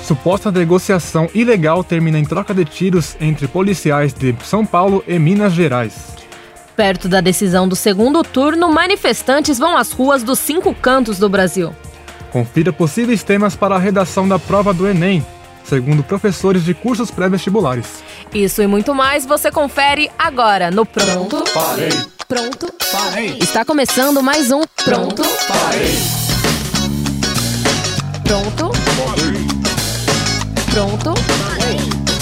Suposta negociação ilegal termina em troca de tiros entre policiais de São Paulo e Minas Gerais. Perto da decisão do segundo turno, manifestantes vão às ruas dos 5 cantos do Brasil. Confira possíveis temas para a redação da prova do Enem, segundo professores de cursos pré-vestibulares. Isso e muito mais você confere agora no Pronto Falei. Pronto Falei. Está começando mais um Pronto Falei. Pronto Falei. Pronto Falei.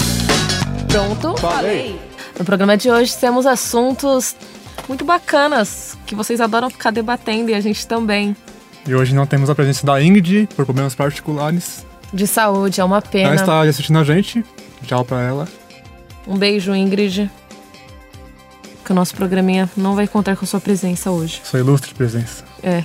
Pronto Falei. No programa de hoje temos assuntos muito bacanas que vocês adoram ficar debatendo e a gente também. E hoje não temos a presença da Ingrid por problemas particulares. De saúde, é uma pena. Ela está assistindo a gente. Tchau pra ela. Um beijo, Ingrid. Que o nosso programinha não vai contar com a sua presença hoje. Sua ilustre presença. É.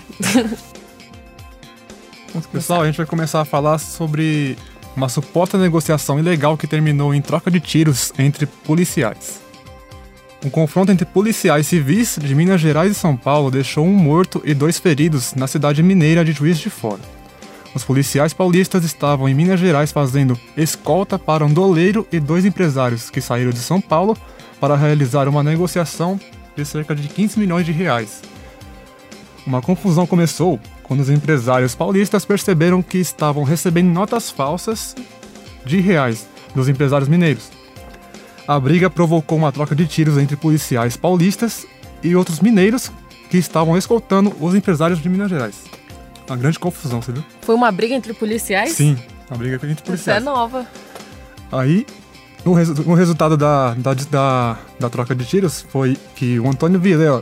Pessoal, a gente vai começar a falar sobre uma suposta negociação ilegal que terminou em troca de tiros entre policiais. Um confronto entre policiais civis de Minas Gerais e São Paulo deixou um morto e 2 feridos na cidade mineira de Juiz de Fora. Os policiais paulistas estavam em Minas Gerais fazendo escolta para um doleiro e 2 empresários que saíram de São Paulo para realizar uma negociação de cerca de 15 milhões de reais. Uma confusão começou quando os empresários paulistas perceberam que estavam recebendo notas falsas de reais dos empresários mineiros. A briga provocou uma troca de tiros entre policiais paulistas e outros mineiros que estavam escoltando os empresários de Minas Gerais. Uma grande confusão, você viu? Foi uma briga entre policiais? Sim, uma briga entre policiais. Isso é nova. Aí, no resultado da troca de tiros foi que o Antônio Vilela,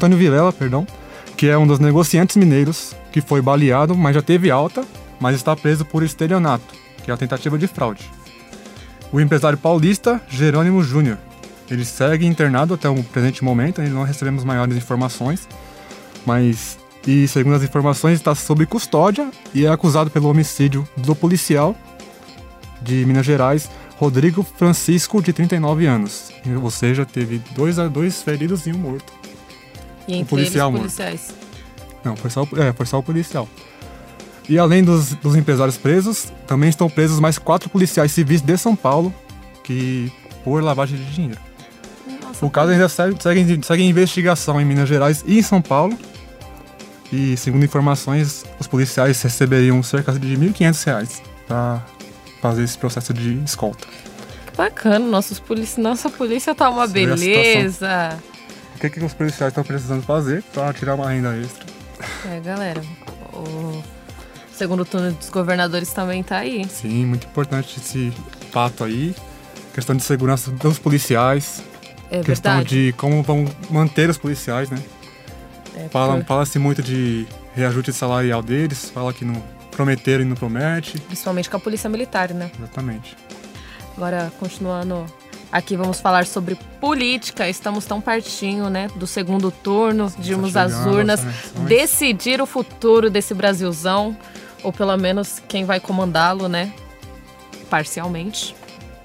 que é um dos negociantes mineiros, que foi baleado, mas já teve alta, mas está preso por estelionato, que é a tentativa de fraude. O empresário paulista, Jerônimo Júnior, ele segue internado até o presente momento, ainda não recebemos maiores informações, mas, e segundo as informações, está sob custódia e é acusado pelo homicídio do policial de Minas Gerais, Rodrigo Francisco, de 39 anos. Ou seja, teve 2 feridos e 1 morto. E entre policial eles, policiais? Não, foi só o policial. E além dos empresários presos, também estão presos mais 4 policiais civis de São Paulo por lavagem de dinheiro. Nossa, o caso ainda segue em investigação em Minas Gerais e em São Paulo. E, segundo informações, os policiais receberiam cerca de R$ 1.500 para fazer esse processo de escolta. Que bacana, nossa polícia tá uma beleza. O que os policiais estão precisando fazer para tirar uma renda extra? Galera, o segundo turno dos governadores também tá aí. Sim, muito importante esse fato aí. Questão de segurança dos policiais. É questão verdade. de como vão manter os policiais, né? Fala-se muito de reajuste salarial deles, fala que não prometeram e não promete. Principalmente com a polícia militar, né? Exatamente. Agora, continuando, aqui vamos falar sobre política. Estamos tão pertinho, né, do segundo turno, de irmos às urnas, decidir o futuro desse Brasilzão, ou pelo menos quem vai comandá-lo, né, parcialmente.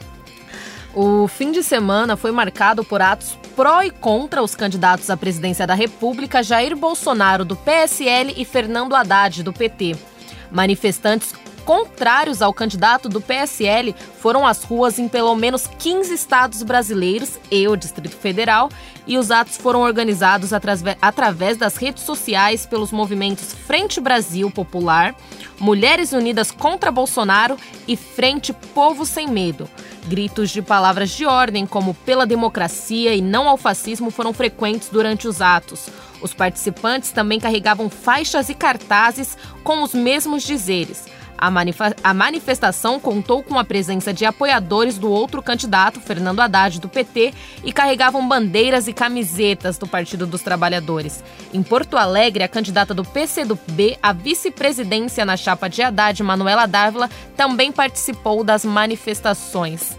O fim de semana foi marcado por atos pró e contra os candidatos à presidência da República, Jair Bolsonaro, do PSL, e Fernando Haddad, do PT. Manifestantes contrários ao candidato do PSL foram às ruas em pelo menos 15 estados brasileiros e o Distrito Federal, e os atos foram organizados através das redes sociais pelos movimentos Frente Brasil Popular, Mulheres Unidas contra Bolsonaro e Frente Povo Sem Medo. Gritos de palavras de ordem como pela democracia e não ao fascismo foram frequentes durante os atos. Os participantes também carregavam faixas e cartazes com os mesmos dizeres. A manifestação contou com a presença de apoiadores do outro candidato, Fernando Haddad, do PT, e carregavam bandeiras e camisetas do Partido dos Trabalhadores. Em Porto Alegre, a candidata do PCdoB à vice-presidência na chapa de Haddad, Manuela Dávila, também participou das manifestações.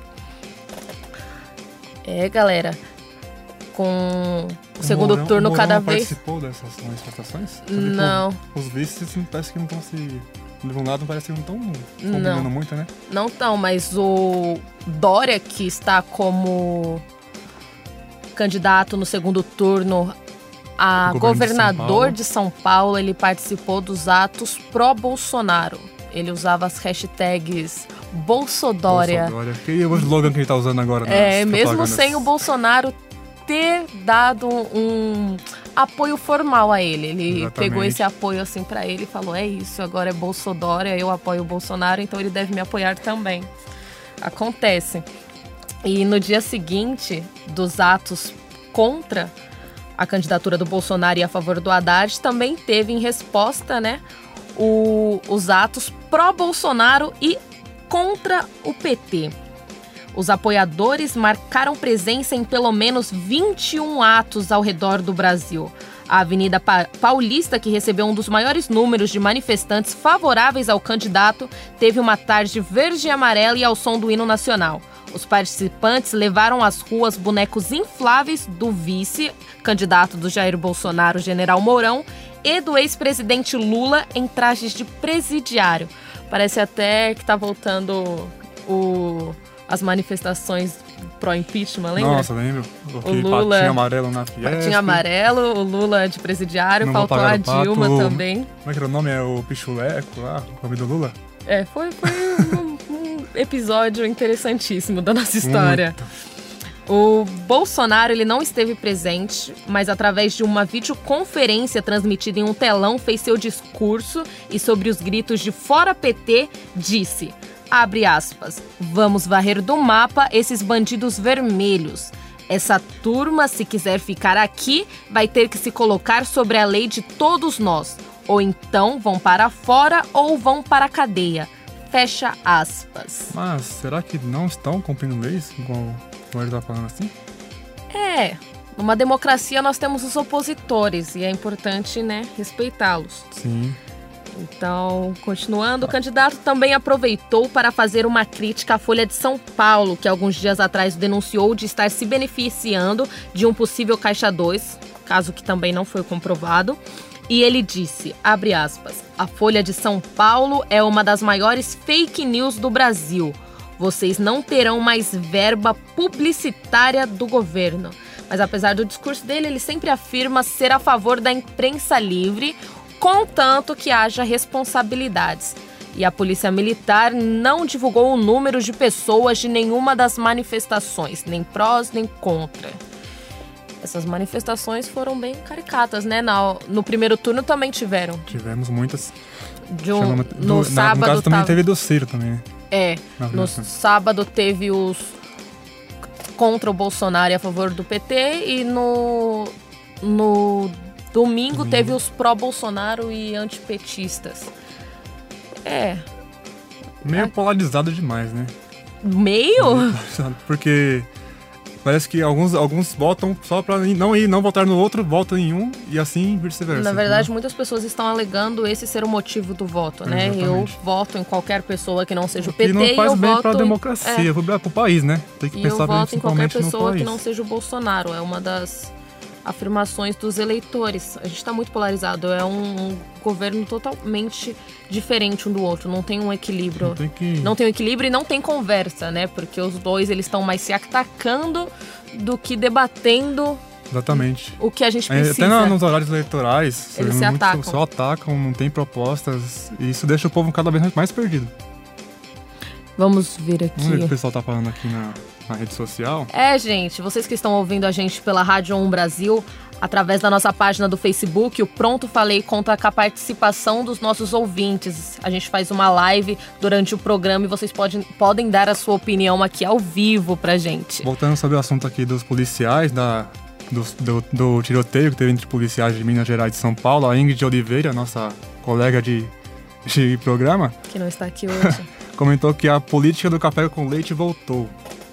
Galera, com o segundo turno cada vez... participou dessas manifestações? Não. Os vices parece que não estão se... De um lado não parece que não estão combinando muito, né? Não estão, mas o Dória, que está como candidato no segundo turno a governador de São Paulo, ele participou dos atos pró-Bolsonaro. Ele usava as hashtags Bolsodória. Que é o slogan que ele tá usando agora. Mesmo sem o Bolsonaro ter dado um apoio formal a ele. Ele pegou esse apoio assim pra ele e falou, é isso, agora é Bolsodória, eu apoio o Bolsonaro, então ele deve me apoiar também. Acontece. E no dia seguinte dos atos contra a candidatura do Bolsonaro e a favor do Haddad, também teve em resposta, né, os atos pró-Bolsonaro e contra o PT. Os apoiadores marcaram presença em pelo menos 21 atos ao redor do Brasil. A Avenida Paulista, que recebeu um dos maiores números de manifestantes favoráveis ao candidato, teve uma tarde verde e amarela e ao som do hino nacional. Os participantes levaram às ruas bonecos infláveis do vice-candidato do Jair Bolsonaro, General Mourão, e do ex-presidente Lula em trajes de presidiário. Parece até que tá voltando as manifestações pró-impeachment, lembra? Nossa, lembro. O Lula, patinho amarelo na Fiesp. Patinho amarelo, o Lula de presidiário, não faltou a Dilma também. Como é que era o nome? É o Pichuleco lá, o nome do Lula? Foi um episódio interessantíssimo da nossa história. Muito. O Bolsonaro ele não esteve presente, mas através de uma videoconferência transmitida em um telão fez seu discurso e sobre os gritos de fora PT disse, abre aspas, vamos varrer do mapa esses bandidos vermelhos. Essa turma, se quiser ficar aqui, vai ter que se colocar sobre a lei de todos nós. Ou então vão para fora ou vão para a cadeia. Fecha aspas. Mas será que não estão cumprindo leis, como ele está falando assim? Numa democracia nós temos os opositores e é importante, né, respeitá-los. Sim. Então, continuando, o candidato também aproveitou para fazer uma crítica à Folha de São Paulo, que alguns dias atrás denunciou de estar se beneficiando de um possível Caixa 2, caso que também não foi comprovado. E ele disse, abre aspas, a Folha de São Paulo é uma das maiores fake news do Brasil. Vocês não terão mais verba publicitária do governo. Mas apesar do discurso dele, ele sempre afirma ser a favor da imprensa livre, contanto que haja responsabilidades. E a Polícia Militar não divulgou o número de pessoas de nenhuma das manifestações, nem prós nem contra. Essas manifestações foram bem caricatas, né? No primeiro turno também tiveram. Tivemos muitas. No sábado no caso também teve do Ciro também, né? No sábado teve os contra o Bolsonaro e a favor do PT e no domingo teve os pró-Bolsonaro e antipetistas. Meio polarizado demais, né? Meio? Porque parece que alguns votam só pra não votar no outro, votam em um e assim vice-versa. Na verdade, muitas pessoas estão alegando esse ser o motivo do voto, né? Exatamente. Eu voto em qualquer pessoa que não seja o PT e não faz eu bem voto pra democracia, pro país, né? Tem que pensar eu voto em qualquer principalmente no pessoa país. que não seja o Bolsonaro. É uma das afirmações dos eleitores. A gente está muito polarizado. É um governo totalmente diferente um do outro. Não tem um equilíbrio. Não tem um equilíbrio e não tem conversa, né? Porque os dois eles estão mais se atacando do que debatendo. Exatamente. O que a gente precisa. Até nos horários eleitorais, eles se atacam. Só atacam, não tem propostas. E isso deixa o povo cada vez mais perdido. Vamos ver aqui. Vamos ver o que o pessoal tá falando aqui na rede social. Gente, vocês que estão ouvindo a gente pela Rádio 1 Brasil, através da nossa página do Facebook, o Pronto Falei conta com a participação dos nossos ouvintes. A gente faz uma live durante o programa e vocês podem dar a sua opinião aqui ao vivo pra gente. Voltando sobre o assunto aqui dos policiais, do tiroteio que teve entre policiais de Minas Gerais e São Paulo, a Ingrid Oliveira, nossa colega de programa, que não está aqui hoje, comentou que a política do café com leite voltou.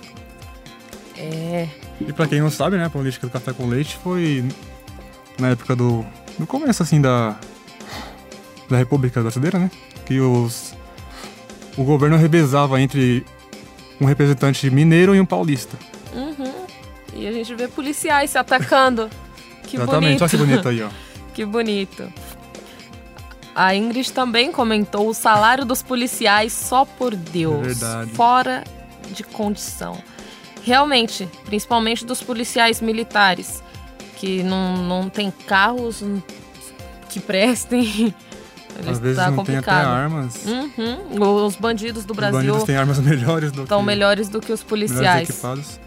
E pra quem não sabe, né, a política do café com leite foi na época no começo, assim, da República Brasileira, né, que o governo revezava entre um representante mineiro e um paulista. E a gente vê policiais se atacando. Que Exatamente, bonito. olha que bonito aí, ó. Que bonito. A Ingrid também comentou o salário dos policiais só por Deus. É verdade. Fora de condição. Realmente, principalmente dos policiais militares, que não tem carros que prestem. Ele Às vezes tá não complicado. tem até armas. Os bandidos do Brasil Os bandidos têm armas melhores do estão melhores do que os policiais. Melhores equipados.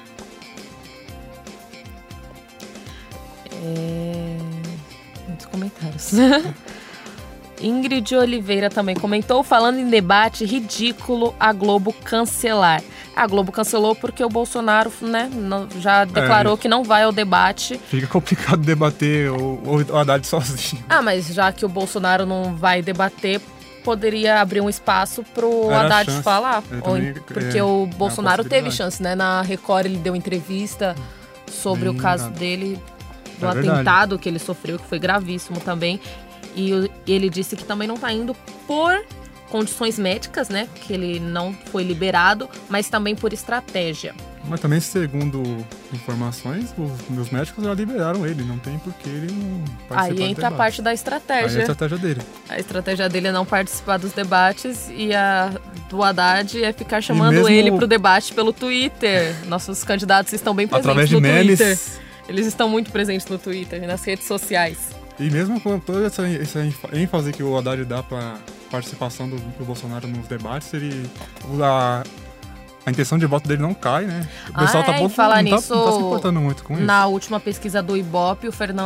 Muitos comentários. Ingrid Oliveira também comentou, falando em debate, ridículo a Globo cancelar. A Globo cancelou porque o Bolsonaro, né, já declarou que não vai ao debate. Fica complicado debater o Haddad sozinho. Mas já que o Bolsonaro não vai debater, poderia abrir um espaço pro Haddad falar. Porque o Bolsonaro teve chance, né? Na Record ele deu entrevista sobre o caso dele, do atentado que ele sofreu, que foi gravíssimo também. E ele disse que também não está indo por condições médicas, né? Que ele não foi liberado, mas também por estratégia. Mas também, segundo informações, os médicos já liberaram ele. Não tem por que ele não participar. Aí entra a parte da estratégia. Aí é a estratégia dele. A estratégia dele é não participar dos debates e a do Haddad é ficar chamando ele pro debate pelo Twitter. Nossos candidatos estão bem presentes através de memes. Twitter. Eles estão muito presentes no Twitter e nas redes sociais. E mesmo com toda essa ênfase que o Haddad dá para participação do Bolsonaro nos debates, a intenção de voto dele não cai, né? O pessoal não tá se importando muito com isso. Na última pesquisa do Ibope,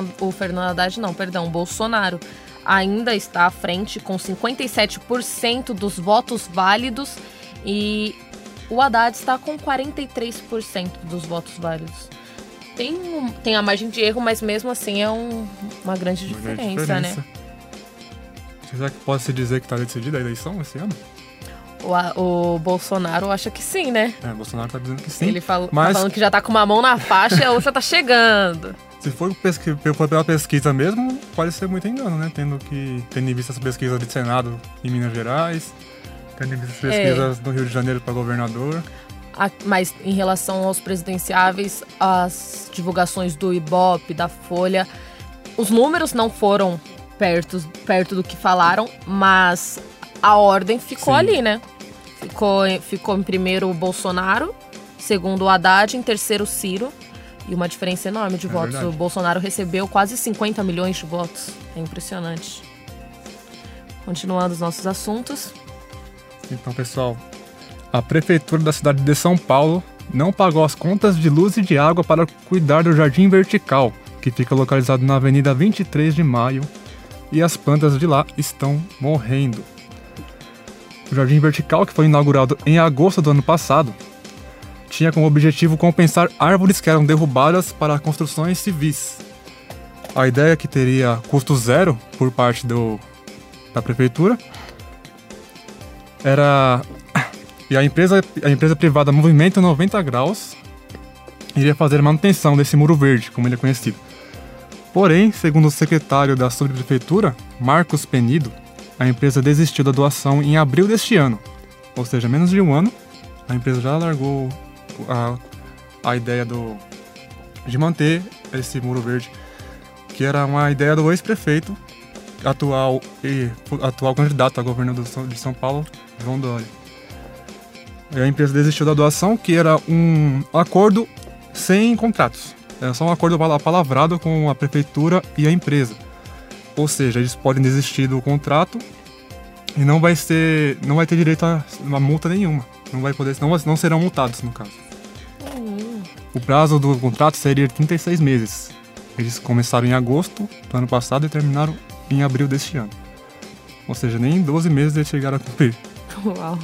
o Bolsonaro ainda está à frente com 57% dos votos válidos e o Haddad está com 43% dos votos válidos. Tem a margem de erro, mas mesmo assim é uma grande diferença, né? Será que pode se dizer que está decidida a eleição esse ano? O Bolsonaro acha que sim, né? O Bolsonaro tá dizendo que sim. Ele tá falando que já tá com uma mão na faixa e a outra tá chegando. Se for pela pesquisa mesmo, pode ser muito engano, né? Tendo visto essa pesquisa de Senado em Minas Gerais, tendo visto as pesquisas no Rio de Janeiro para governador. Mas em relação aos presidenciáveis, as divulgações do Ibope, da Folha, os números não foram perto do que falaram, mas a ordem ficou ali, né? Ficou em primeiro o Bolsonaro, segundo o Haddad, em terceiro o Ciro. E uma diferença enorme de votos. Verdade. O Bolsonaro recebeu quase 50 milhões de votos. É impressionante. Continuando os nossos assuntos. Então, pessoal, a Prefeitura da cidade de São Paulo não pagou as contas de luz e de água para cuidar do Jardim Vertical, que fica localizado na Avenida 23 de Maio, e as plantas de lá estão morrendo. O Jardim Vertical, que foi inaugurado em agosto do ano passado, tinha como objetivo compensar árvores que eram derrubadas para construções civis. A ideia é que teria custo zero por parte da Prefeitura era... E a empresa privada Movimento 90 Graus iria fazer manutenção desse muro verde, como ele é conhecido. Porém, segundo o secretário da subprefeitura, Marcos Penido, a empresa desistiu da doação em abril deste ano. Ou seja, menos de um ano, a empresa já largou a ideia de manter esse muro verde, que era uma ideia do ex-prefeito, atual candidato a governador de São Paulo, João Dória. A empresa desistiu da doação, que era um acordo sem contratos. Era só um acordo palavrado com a prefeitura e a empresa. Ou seja, eles podem desistir do contrato e não vai ter direito a uma multa nenhuma. Não serão multados, no caso. O prazo do contrato seria 36 meses. Eles começaram em agosto do ano passado e terminaram em abril deste ano. Ou seja, nem em 12 meses eles chegaram a cumprir. Uau!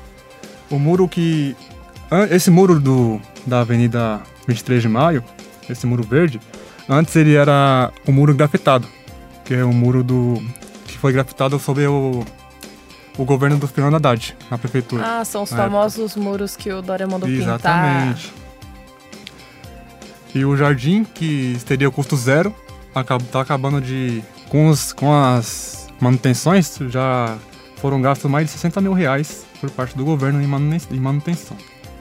Esse muro da Avenida 23 de Maio, esse muro verde, antes ele era um muro grafitado, que é um muro que foi grafitado sob o governo do Fernando Haddad, na prefeitura. São os famosos muros que o Dória mandou pintar. Exatamente. E o jardim, que teria custo zero, está acabando com as manutenções, já foram gastos mais de 60 mil reais por parte do governo em manutenção.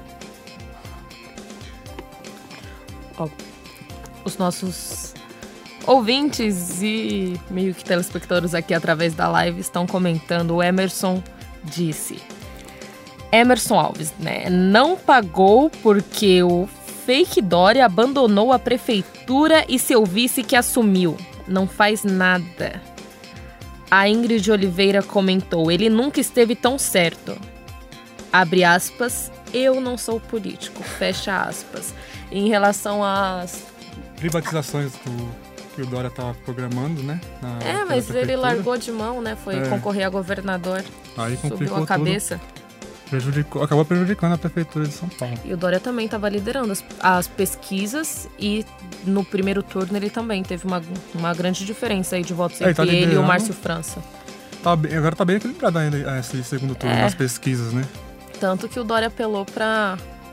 Os nossos ouvintes e meio que telespectadores aqui através da live estão comentando. O Emerson disse... Emerson Alves, né? Não pagou porque o fake Dória abandonou a prefeitura e seu vice que assumiu. Não faz nada. A Ingrid Oliveira comentou: ele nunca esteve tão certo. Abre aspas, eu não sou político, fecha aspas. Em relação às privatizações que o Dória estava programando, né? Mas ele largou de mão, né? Foi concorrer a governador. Aí complicou subiu a cabeça. Acabou prejudicando a prefeitura de São Paulo. E o Dória também estava liderando as pesquisas e no primeiro turno ele também teve uma grande diferença aí de votos entre ele e o Márcio França. Agora tá bem equilibrado ainda esse segundo turno nas pesquisas, né? Tanto que o Dória apelou para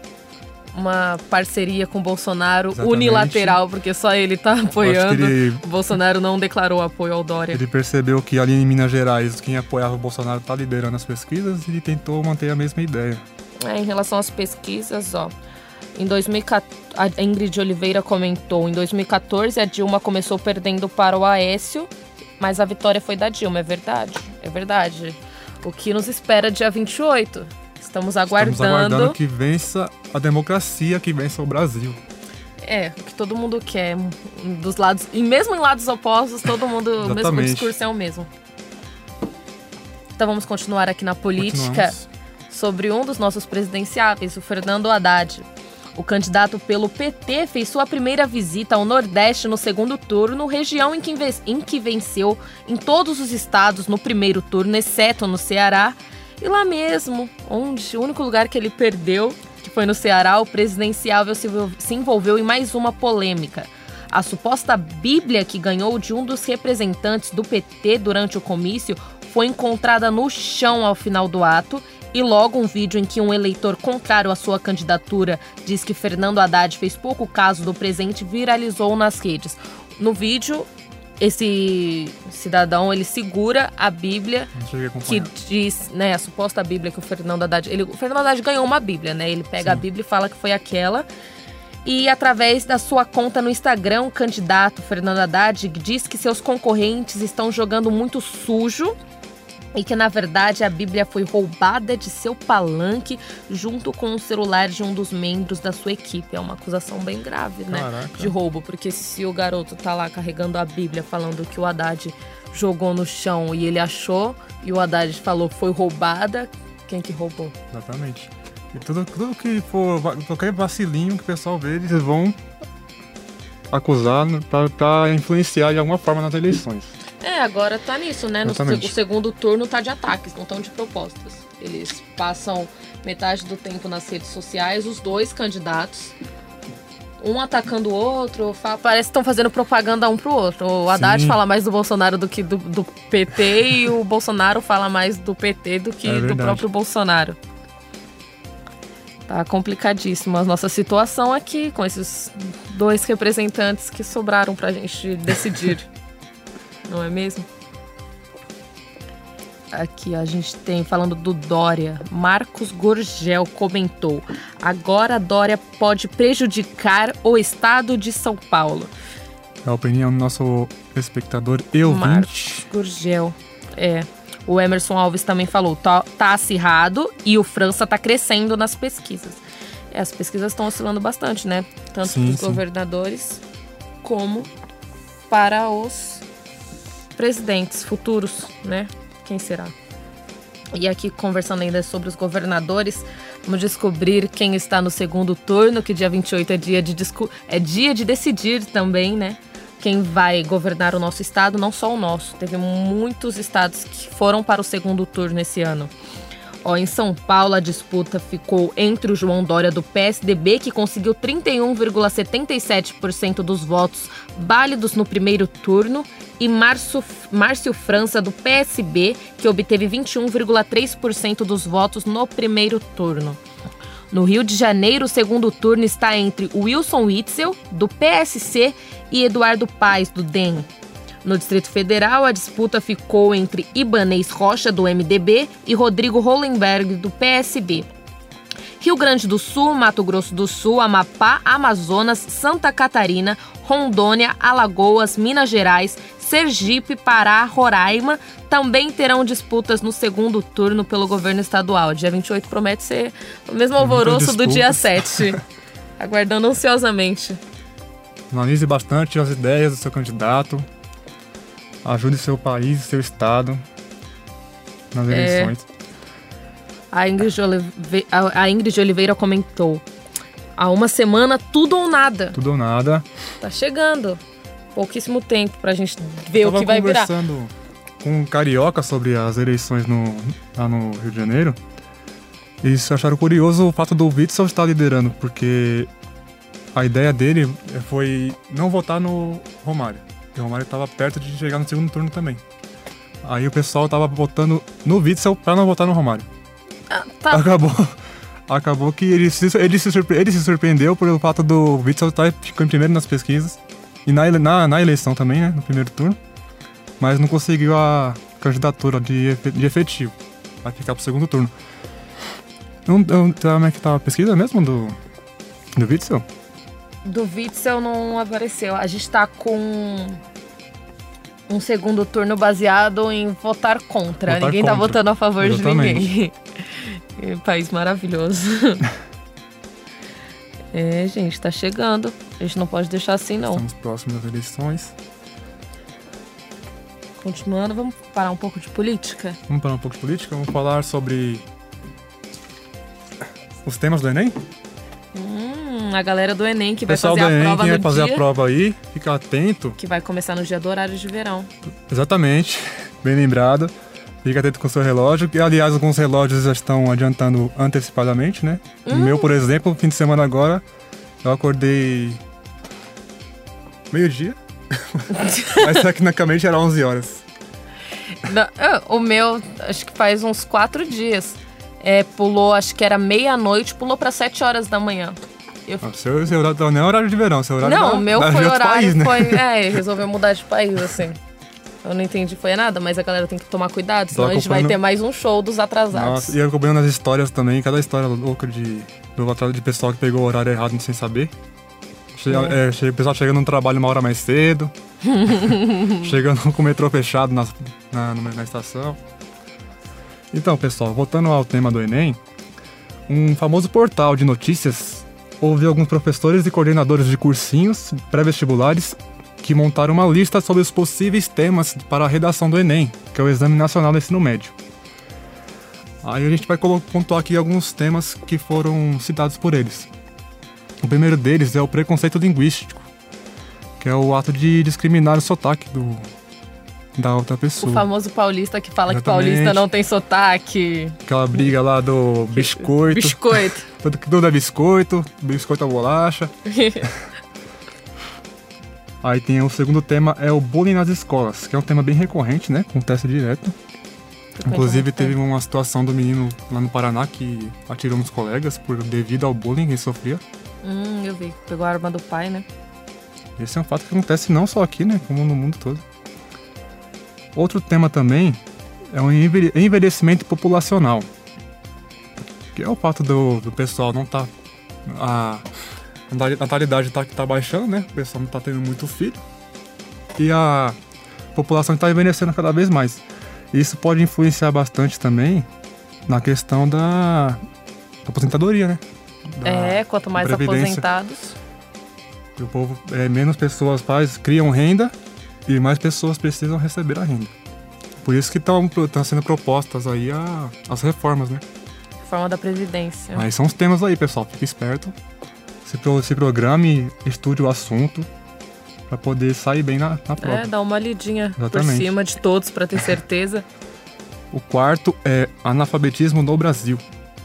uma parceria com o Bolsonaro. Exatamente. Unilateral, porque só ele tá apoiando. O Bolsonaro não declarou apoio ao Dória. Ele percebeu que ali em Minas Gerais, quem apoiava o Bolsonaro tá liderando as pesquisas e tentou manter a mesma ideia. Em relação às pesquisas, em 2014, a Ingrid Oliveira comentou, em 2014 a Dilma começou perdendo para o Aécio, mas a vitória foi da Dilma, é verdade. O que nos espera dia 28? Estamos aguardando que vença a democracia, que vença o Brasil. O que todo mundo quer, dos lados, e mesmo em lados opostos, todo mundo, o mesmo discurso é o mesmo. Então vamos continuar aqui na política sobre um dos nossos presidenciáveis, o Fernando Haddad. O candidato pelo PT fez sua primeira visita ao Nordeste no segundo turno, região em que venceu em todos os estados no primeiro turno, exceto no Ceará. E lá mesmo, o único lugar que ele perdeu, que foi no Ceará, o presidenciável se envolveu em mais uma polêmica. A suposta Bíblia que ganhou de um dos representantes do PT durante o comício foi encontrada no chão ao final do ato e logo um vídeo em que um eleitor contrário à sua candidatura diz que Fernando Haddad fez pouco caso do presente viralizou nas redes. No vídeo, esse cidadão, ele segura a Bíblia que diz, né, a suposta Bíblia que o Fernando Haddad... O Fernando Haddad ganhou uma Bíblia, né? Ele pega a Bíblia e fala que foi aquela. E através da sua conta no Instagram, o candidato Fernando Haddad diz que seus concorrentes estão jogando muito sujo e que, na verdade, a Bíblia foi roubada de seu palanque junto com o celular de um dos membros da sua equipe. É uma acusação bem grave, né? Caraca. De roubo, porque se o garoto tá lá carregando a Bíblia falando que o Haddad jogou no chão e ele achou, e o Haddad falou que foi roubada, quem que roubou? Exatamente. E tudo que for, qualquer vacilinho que o pessoal vê, eles vão acusar pra influenciar de alguma forma nas eleições. Agora tá nisso, né? O segundo turno tá de ataques, não tão de propostas. Eles passam metade do tempo nas redes sociais, os dois candidatos, um atacando o outro, parece que estão fazendo propaganda um pro outro. O Haddad fala mais do Bolsonaro do que do PT e o Bolsonaro fala mais do PT do que do próprio Bolsonaro. Tá complicadíssima a nossa situação aqui, com esses dois representantes que sobraram pra gente decidir. Não é mesmo? Aqui a gente tem, falando do Dória, Marcos Gorgel comentou: agora Dória pode prejudicar o estado de São Paulo. É a opinião do nosso espectador ouvinte. Marcos Gorgel. O Emerson Alves também falou: tá acirrado e o França tá crescendo nas pesquisas. As pesquisas estão oscilando bastante, né? Tanto para os governadores como para os presidentes futuros, né? Quem será? E aqui, conversando ainda sobre os governadores, vamos descobrir quem está no segundo turno, que dia 28 é dia de decidir também, né? Quem vai governar o nosso estado, não só o nosso. Teve muitos estados que foram para o segundo turno esse ano. Em São Paulo, a disputa ficou entre o João Dória do PSDB, que conseguiu 31,77% dos votos válidos no primeiro turno, e Márcio França do PSB, que obteve 21,3% dos votos no primeiro turno. No Rio de Janeiro, o segundo turno está entre Wilson Witzel, do PSC, e Eduardo Paes, do DEM. No Distrito Federal, a disputa ficou entre Ibanez Rocha, do MDB, e Rodrigo Hollenberg, do PSB. Rio Grande do Sul, Mato Grosso do Sul, Amapá, Amazonas, Santa Catarina, Rondônia, Alagoas, Minas Gerais, Sergipe, Pará, Roraima também terão disputas no segundo turno pelo governo estadual. Dia 28 promete ser o mesmo alvoroço do dia 7. Aguardando ansiosamente. Analise bastante as ideias do seu candidato. Ajude seu país, seu estado nas eleições. A Ingrid Oliveira comentou: há uma semana, tudo ou nada. Tudo ou nada. Tá chegando. Pouquíssimo tempo pra gente ver o que vai virar. Eu tava conversando com um carioca sobre as eleições lá no Rio de Janeiro. E eles acharam curioso o fato do Witzel estar liderando, porque a ideia dele foi não votar no Romário. E o Romário estava perto de chegar no segundo turno também. Aí o pessoal estava votando no Witzel para não votar no Romário. Tá. Acabou que ele se surpreendeu pelo fato do Witzel estar ficando em primeiro nas pesquisas. E na eleição também, né, no primeiro turno. Mas não conseguiu a candidatura de efetivo. Vai ficar pro segundo turno. Como é que tá a pesquisa mesmo do Witzel? Do Witzel não apareceu. A gente tá com um segundo turno baseado em votar contra. Ninguém tá votando a favor de ninguém. País maravilhoso. Gente, tá chegando. A gente não pode deixar assim, não. Estamos próximos das eleições. Continuando, vamos parar um pouco de política? Vamos parar um pouco de política? Vamos falar sobre os temas do Enem? A galera do Enem que vai fazer a prova no dia. Pessoal do Enem que vai fazer a prova aí, fica atento. Que vai começar no dia do horário de verão. Exatamente, bem lembrado. Fica atento com o seu relógio, que aliás alguns relógios já estão adiantando antecipadamente, né? O meu, por exemplo, no fim de semana agora, eu acordei meio-dia, mas tecnicamente era 11 horas. Não, o meu, acho que faz uns 4 dias. Pulou, acho que era meia-noite, pulou para 7 horas da manhã. Seu horário não é horário de verão, seu horário não, o meu foi horário, país, né? Resolveu mudar de país, assim. Eu não entendi, foi nada, mas a galera tem que tomar cuidado, senão a gente vai ter mais um show dos atrasados. Nossa, e eu acompanhando as histórias também, cada história louca de pessoal que pegou o horário errado sem saber. O pessoal chegando no trabalho uma hora mais cedo, chegando com o metrô fechado na estação. Então, pessoal, voltando ao tema do Enem, um famoso portal de notícias ouviu alguns professores e coordenadores de cursinhos pré-vestibulares que montaram uma lista sobre os possíveis temas para a redação do Enem, que é o Exame Nacional do Ensino Médio. Aí a gente vai pontuar aqui alguns temas que foram citados por eles. O primeiro deles é o preconceito linguístico, que é o ato de discriminar o sotaque da outra pessoa. O famoso paulista que fala Exatamente. Que paulista não tem sotaque. Aquela briga lá do biscoito. Biscoito. Tudo é biscoito é bolacha. Aí tem o segundo tema, é o bullying nas escolas, que é um tema bem recorrente, né? Acontece direto. Inclusive teve uma situação do menino lá no Paraná que atirou nos colegas devido ao bullying que ele sofria. Eu vi. Pegou a arma do pai, né? Esse é um fato que acontece não só aqui, né? Como no mundo todo. Outro tema também é o envelhecimento populacional, que é o fato do pessoal não tá... A natalidade tá baixando, né? O pessoal não tá tendo muito filho. E a população está envelhecendo cada vez mais. Isso pode influenciar bastante também na questão da aposentadoria, né? Quanto mais aposentados. O povo, menos pessoas criam renda e mais pessoas precisam receber a renda. Por isso que estão sendo propostas aí as reformas, né? Reforma da Previdência. Aí são os temas aí, pessoal. Fique esperto. Se programe, estude o assunto para poder sair bem na prova. Dá uma lidinha Exatamente. Por cima de todos para ter certeza. O quarto é analfabetismo no Brasil.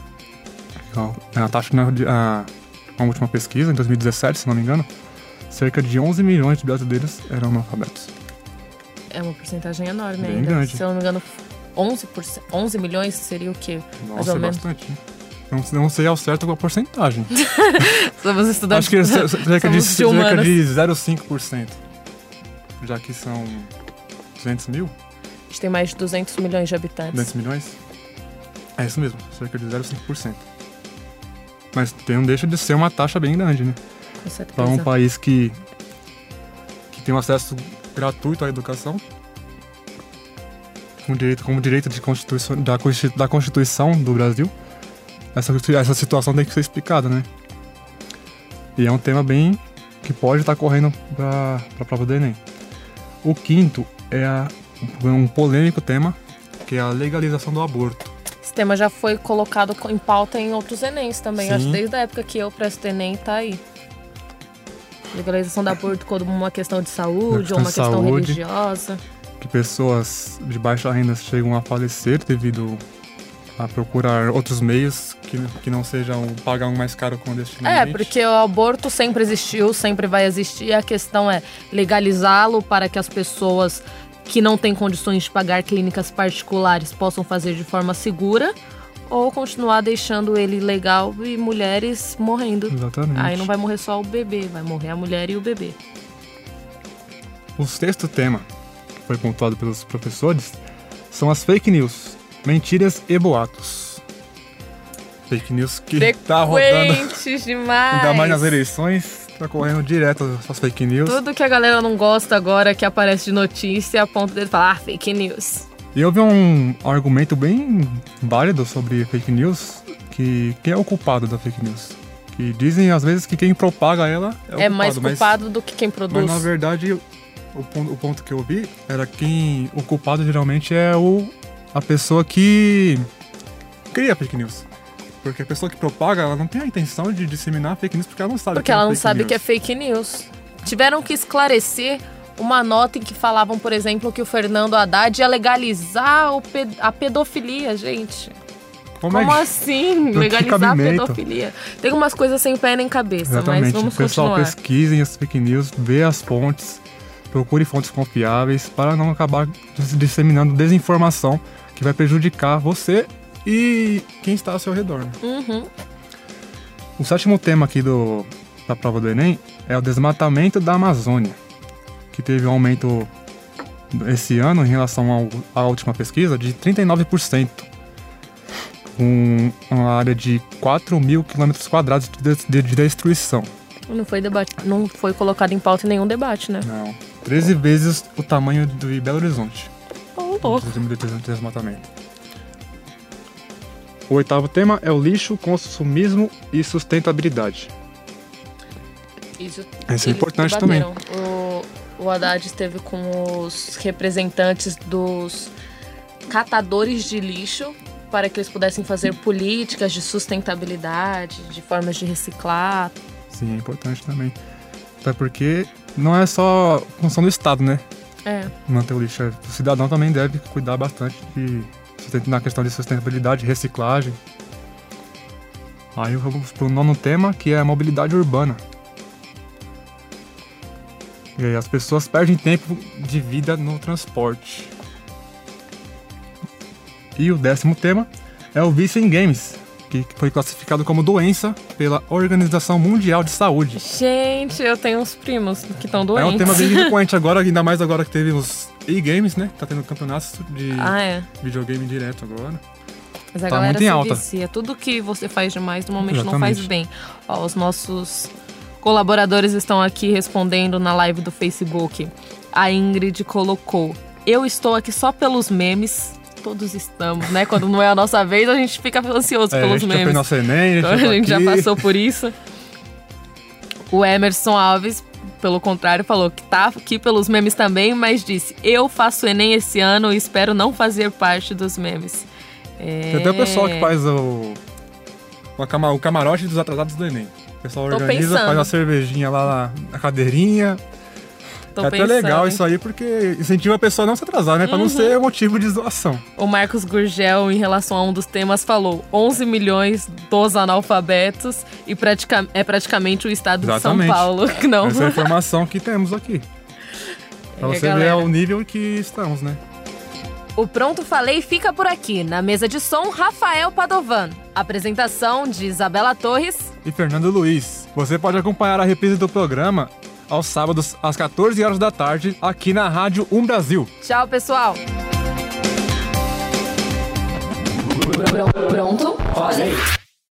A taxa uma última pesquisa, em 2017, se não me engano, cerca de 11 milhões de brasileiros eram analfabetos. É uma porcentagem enorme bem ainda. Grande. Se eu não me engano, 11 milhões seria o quê? Nossa, mais ou menos. Bastante. Não sei ao certo qual a porcentagem. Somos estudantes. Acho que cerca de 0,5%. Já que são 200 mil. A gente tem mais de 200 milhões de habitantes. 200 milhões? É isso mesmo, cerca de 0,5%. Mas não deixa de ser uma taxa bem grande, né? Com certeza. Para um país que tem um acesso gratuito à educação, como direito da Constituição do Brasil, essa situação tem que ser explicada, né? E é um tema bem que pode estar correndo para a prova do Enem. O quinto é um polêmico tema, que é a legalização do aborto. Esse tema já foi colocado em pauta em outros Enems também. Sim. Acho que desde a época que eu presto Enem, tá aí. Legalização do aborto como uma questão de saúde ou uma questão religiosa. Que pessoas de baixa renda chegam a falecer devido a procurar outros meios que não sejam pagar um mais caro clandestinamente. Porque o aborto sempre existiu, sempre vai existir. A questão é legalizá-lo para que as pessoas que não têm condições de pagar clínicas particulares possam fazer de forma segura, ou continuar deixando ele legal e mulheres morrendo. Exatamente. Aí não vai morrer só o bebê, vai morrer a mulher e o bebê. O sexto tema, que foi pontuado pelos professores, são as fake news, mentiras e boatos. Fake news que tá rodando demais. ainda mais nas eleições, tá correndo direto essas fake news. Tudo que a galera não gosta agora que aparece de notícia, a ponto de falar fake news. E eu vi um argumento bem válido sobre fake news, que quem é o culpado da fake news? Que dizem às vezes que quem propaga ela é o culpado. É mais culpado do que quem produz. Mas na verdade, o ponto que eu vi era que o culpado geralmente é a pessoa que cria fake news. Porque a pessoa que propaga, ela não tem a intenção de disseminar fake news porque ela não sabe porque ela não sabe que é fake news. Tiveram que esclarecer uma nota em que falavam, por exemplo, que o Fernando Haddad ia legalizar a pedofilia, gente. Como assim? Legalizar a pedofilia? Tem umas coisas sem pé nem cabeça. Exatamente. Mas vamos pessoal, continuar. Pesquisem as fake news, vê as fontes, procure fontes confiáveis para não acabar disseminando desinformação que vai prejudicar você e quem está ao seu redor. Né? Uhum. O sétimo tema aqui da prova do Enem é o desmatamento da Amazônia, que teve um aumento esse ano em relação à última pesquisa de 39%, com uma área de 4.000 km² de destruição. Não foi colocado em pauta em nenhum debate, né? Não. 13 vezes o tamanho de Belo Horizonte. Louco. De desmatamento. O oitavo tema é o lixo, consumismo e sustentabilidade. Isso é importante também. O Haddad esteve com os representantes dos catadores de lixo para que eles pudessem fazer políticas de sustentabilidade, de formas de reciclar. Sim, é importante também. Até porque não é só função do Estado, né? Manter o lixo. O cidadão também deve cuidar bastante na questão de sustentabilidade, reciclagem. Aí vamos para o nono tema, que é a mobilidade urbana. E aí as pessoas perdem tempo de vida no transporte. E o 10º tema é o vício em games, que foi classificado como doença pela Organização Mundial de Saúde. Gente, eu tenho uns primos que estão doentes. É um tema bem recorrente agora, ainda mais agora que teve os e-games, né? Tá tendo campeonatos de videogame direto agora. Mas a galera se vicia. Tudo que você faz demais, normalmente não faz bem. Ó, os nossos colaboradores estão aqui respondendo na live do Facebook. A Ingrid colocou: eu estou aqui só pelos memes. Todos estamos, né? Quando não é a nossa vez, a gente fica ansioso pelos memes. Já nosso Enem, então, a gente já passou por isso. O Emerson Alves, pelo contrário, falou que tá aqui pelos memes também, mas disse: eu faço Enem esse ano e espero não fazer parte dos memes. Tem até o pessoal que faz o camarote dos atrasados do Enem. O pessoal organiza, faz uma cervejinha lá na cadeirinha. É até legal isso aí, porque incentiva a pessoa a não se atrasar, né? Pra não ser motivo de zoação. O Marcos Gurgel, em relação a um dos temas, falou 11 milhões dos analfabetos e é praticamente o estado de São Paulo. Não. Essa é a informação que temos aqui. Pra você ver o nível que estamos, né? O Pronto Falei fica por aqui. Na mesa de som, Rafael Padovan. Apresentação de Isabela Torres e Fernando Luiz. Você pode acompanhar a reprise do programa aos sábados, às 14 horas da tarde, aqui na Rádio Brasil. Tchau, pessoal! Pronto? Falei!